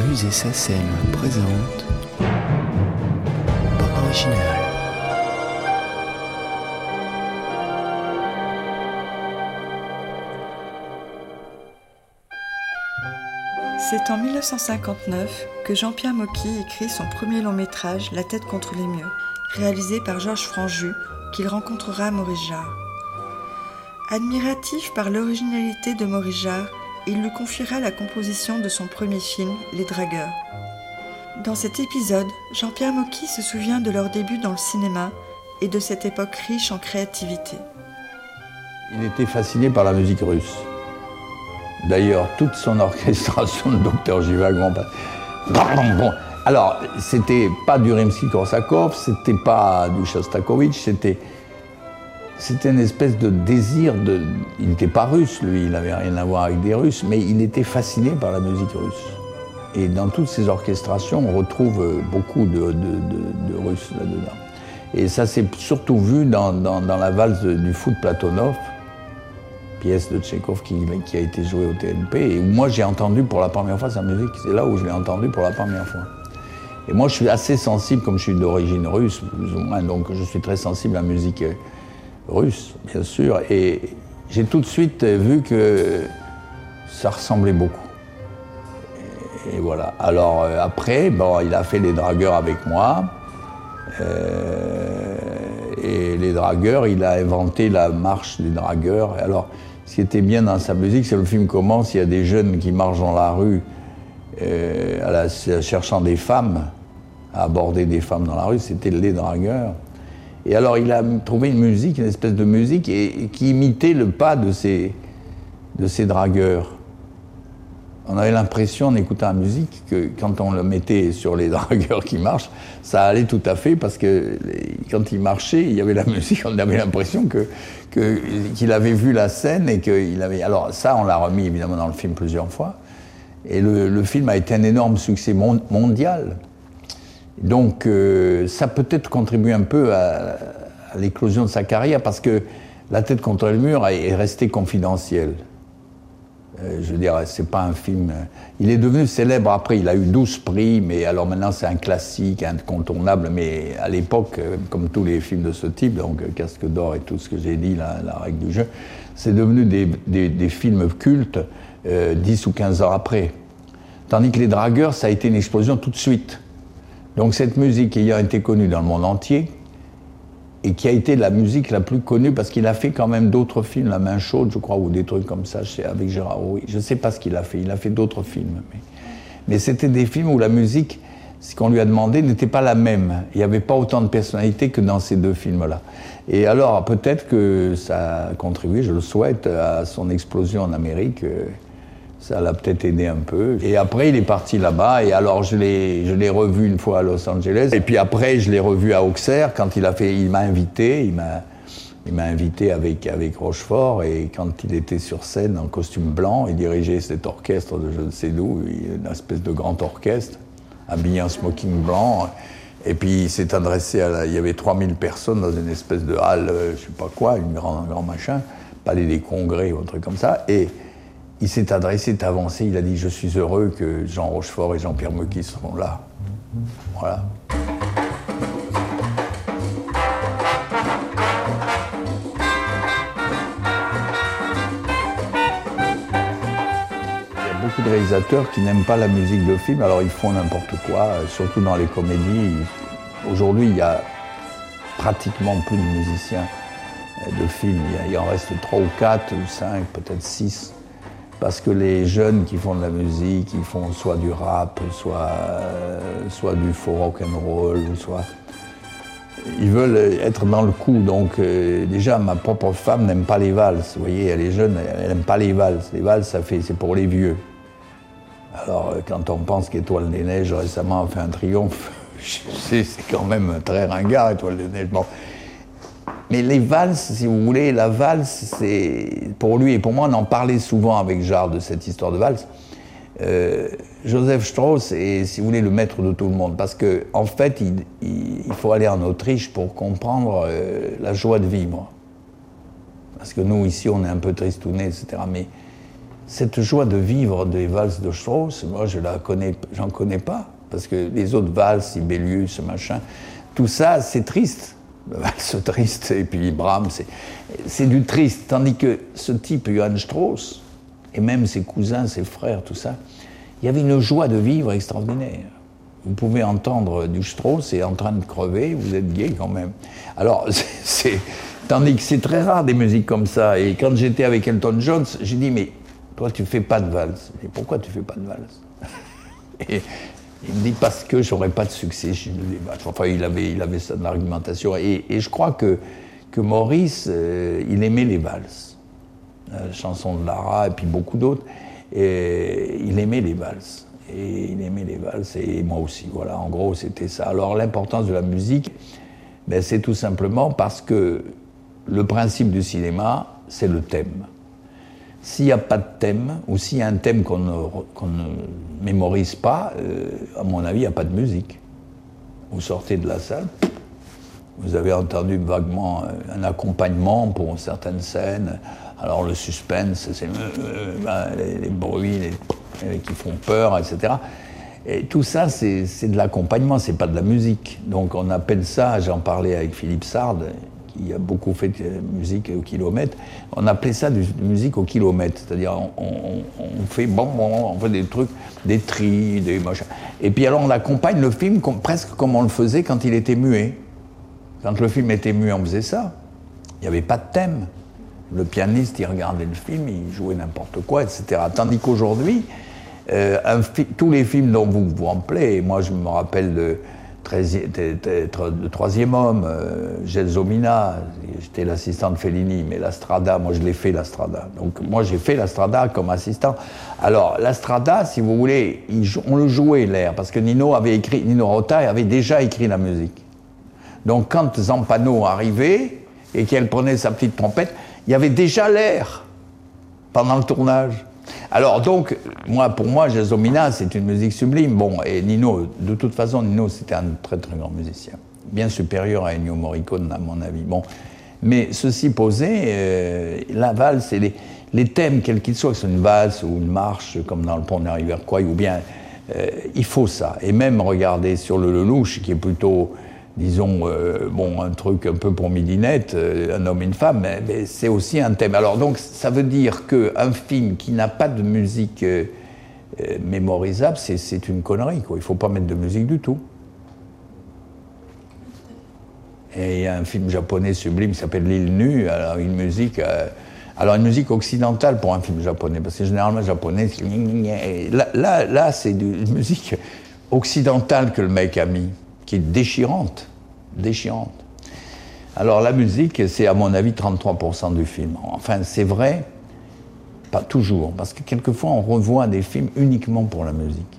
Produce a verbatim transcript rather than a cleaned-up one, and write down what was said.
Rusé Sacem présente Bande originale. C'est en mille neuf cent cinquante-neuf que Jean-Pierre Mocky écrit son premier long métrage, La tête contre les murs, réalisé par Georges Franju, qu'il rencontrera à Maurice Jarre. Admiratif par l'originalité de Maurice Jarre, il lui confiera la composition de son premier film, Les Dragueurs. Dans cet épisode, Jean-Pierre Mocky se souvient de leur début dans le cinéma et de cette époque riche en créativité. Il était fasciné par la musique russe. D'ailleurs, toute son orchestration de Docteur Zhivago. Bon. Alors, c'était pas du Rimsky-Korsakov, c'était pas du Shostakovich, c'était, c'était une espèce de désir de... Il n'était pas russe, lui, il n'avait rien à voir avec des Russes, mais il était fasciné par la musique russe. Et dans toutes ces orchestrations, on retrouve beaucoup de, de, de, de Russes là-dedans. Et ça s'est surtout vu dans, dans, dans la valse du Fou de Platonov, pièce de Tchekhov qui, qui a été jouée au T N P. Et moi, j'ai entendu pour la première fois sa musique. C'est là où je l'ai entendu pour la première fois. Et moi, je suis assez sensible, comme je suis d'origine russe, plus ou moins, donc je suis très sensible à la musique russe, bien sûr. Et j'ai tout de suite vu que ça ressemblait beaucoup. Et, et voilà. Alors, euh, après, bon, il a fait Les Dragueurs avec moi. Euh, et Les Dragueurs, il a inventé la marche des dragueurs. Alors, ce qui était bien dans sa musique, c'est que le film commence, il y a des jeunes qui marchent dans la rue euh, à la, cherchant des femmes, à aborder des femmes dans la rue, c'était Les Dragueurs. Et alors il a trouvé une musique, une espèce de musique et, et qui imitait le pas de ces, de ces dragueurs. On avait l'impression, en écoutant la musique, que quand on le mettait sur les dragueurs qui marchent, ça allait tout à fait, parce que quand il marchait, il y avait la musique, on avait l'impression que, que, qu'il avait vu la scène et qu'il avait... Alors ça, on l'a remis évidemment dans le film plusieurs fois. Et le, le film a été un énorme succès mon, mondial. Donc euh, ça peut-être contribué un peu à, à l'éclosion de sa carrière, parce que La tête contre le mur est restée confidentielle. Euh, je veux dire, c'est pas un film... Il est devenu célèbre après, il a eu douze prix, mais alors maintenant c'est un classique, incontournable, mais à l'époque, comme tous les films de ce type, donc Casque d'or et tout ce que j'ai dit, la, la règle du jeu, c'est devenu des, des, des films cultes euh, dix ou quinze ans après. Tandis que Les Dragueurs, ça a été une explosion tout de suite. Donc cette musique ayant été connue dans le monde entier, et qui a été la musique la plus connue, parce qu'il a fait quand même d'autres films, La main chaude, je crois, ou des trucs comme ça, avec Gérard Rouy. Je ne sais pas ce qu'il a fait, il a fait d'autres films. Mais, mais c'était des films où la musique, ce qu'on lui a demandé, n'était pas la même. Il n'y avait pas autant de personnalité que dans ces deux films-là. Et alors, peut-être que ça a contribué, je le souhaite, à son explosion en Amérique. Ça l'a peut-être aidé un peu. Et après, il est parti là-bas. Et alors, je l'ai, je l'ai revu une fois à Los Angeles. Et puis après, je l'ai revu à Auxerre quand il a fait... Il m'a invité. Il m'a, il m'a invité avec, avec Rochefort. Et quand il était sur scène en costume blanc, il dirigeait cet orchestre de je ne sais d'où, une espèce de grand orchestre, habillé en smoking blanc. Et puis, il s'est adressé à la... Il y avait trois mille personnes dans une espèce de halle, je ne sais pas quoi, une grand, un grand machin, palais des congrès ou un truc comme ça. Et... il s'est adressé, il avancé, il a dit « Je suis heureux que Jean Rochefort et Jean-Pierre Mocky seront là. » Voilà. Il y a beaucoup de réalisateurs qui n'aiment pas la musique de film, alors ils font n'importe quoi, surtout dans les comédies. Aujourd'hui, il y a pratiquement plus de musiciens de films. Il en reste trois ou quatre ou cinq, peut-être six. Parce que les jeunes qui font de la musique, ils font soit du rap, soit, euh, soit du faux rock'n'roll, soit... Ils veulent être dans le coup. Donc euh, déjà, ma propre femme n'aime pas les valses. Vous voyez, elle est jeune, elle n'aime pas les valses. Les valses, ça fait, c'est pour les vieux. Alors quand on pense qu'Étoile des Neiges récemment a fait un triomphe, c'est, c'est quand même très ringard, Étoile des Neiges. Bon. Mais les valses, si vous voulez, la valse, c'est... Pour lui et pour moi, on en parlait souvent avec Jarre de cette histoire de valse. Euh, Joseph Strauss est, si vous voulez, le maître de tout le monde. Parce qu'en en fait, il, il, il faut aller en Autriche pour comprendre euh, la joie de vivre. Parce que nous, ici, on est un peu tristounés, et cetera. Mais cette joie de vivre des valses de Strauss, moi je la connais, j'en connais pas, parce que les autres valses, Sibelius, machin, tout ça c'est triste, la valse triste, et puis Brahms, c'est, c'est du triste, tandis que ce type, Johann Strauss, et même ses cousins, ses frères, tout ça, il y avait une joie de vivre extraordinaire. Vous pouvez entendre du Strauss et en train de crever, vous êtes gai quand même. Alors, c'est, c'est, tandis que c'est très rare des musiques comme ça, et quand j'étais avec Elton John, j'ai dit, mais toi, tu fais pas de valse. Et pourquoi tu fais pas de valse? Et il me dit, parce que j'aurais pas de succès. Je dis, enfin, il avait, il avait ça de l'argumentation. Et, et je crois que, que Maurice, euh, il aimait les valses. La chanson de Lara, et puis beaucoup d'autres. Et il aimait les valses. Et il aimait les valses, et moi aussi. Voilà, en gros, c'était ça. Alors, l'importance de la musique, ben, c'est tout simplement parce que le principe du cinéma, c'est le thème. S'il n'y a pas de thème, ou s'il y a un thème qu'on ne, qu'on ne mémorise pas, euh, à mon avis, il n'y a pas de musique. Vous sortez de la salle, vous avez entendu vaguement un accompagnement pour certaines scènes. Alors le suspense, c'est euh, ben, les, les bruits les, les, qui font peur, et cetera. Et tout ça, c'est, c'est de l'accompagnement, c'est pas de la musique. Donc on appelle ça, j'en parlais avec Philippe Sard, qui a beaucoup fait de musique au kilomètre, on appelait ça de musique au kilomètre, c'est-à-dire on, on, on fait bon, bon, on fait des trucs, des tris, des machins. Et puis alors on accompagne le film comme, presque comme on le faisait quand il était muet. Quand le film était muet, on faisait ça. Il n'y avait pas de thème. Le pianiste, il regardait le film, il jouait n'importe quoi, et cetera. Tandis qu'aujourd'hui, euh, un fi- tous les films dont vous vous rappelez, moi je me rappelle de Le Troisième Homme, euh, Gelsomina, j'étais l'assistant de Fellini, mais la Strada, moi je l'ai fait la Strada. Donc moi j'ai fait la Strada comme assistant. Alors la Strada, si vous voulez, il, on le jouait l'air, parce que Nino avait écrit, Nino Rota avait déjà écrit la musique. Donc quand Zampano arrivait et qu'elle prenait sa petite trompette, il y avait déjà l'air pendant le tournage. Alors donc, moi, pour moi, Gelsomina, c'est une musique sublime. Bon, et Nino, de toute façon, Nino, c'était un très très grand musicien, bien supérieur à Ennio Morricone, à mon avis. Bon, mais ceci posé, euh, la valse et les, les thèmes, quels qu'ils soient, que ce soit une valse ou une marche, comme dans Le Pont de Riverquois, ou bien, euh, il faut ça. Et même regarder sur le Lelouch, qui est plutôt, disons, euh, bon, un truc un peu pour midinette, euh, un homme et une femme, mais, mais c'est aussi un thème. Alors donc, ça veut dire qu'un film qui n'a pas de musique euh, euh, mémorisable, c'est, c'est une connerie, quoi. Il ne faut pas mettre de musique du tout. Et il y a un film japonais sublime qui s'appelle L'île nue, alors une musique... Euh, alors une musique occidentale pour un film japonais, parce que généralement, japonais, c'est... Là, là, là, c'est une musique occidentale que le mec a mis, qui est déchirante, déchirante. Alors la musique, c'est à mon avis trente-trois pour cent du film. Enfin, c'est vrai, pas toujours, parce que quelquefois on revoit des films uniquement pour la musique.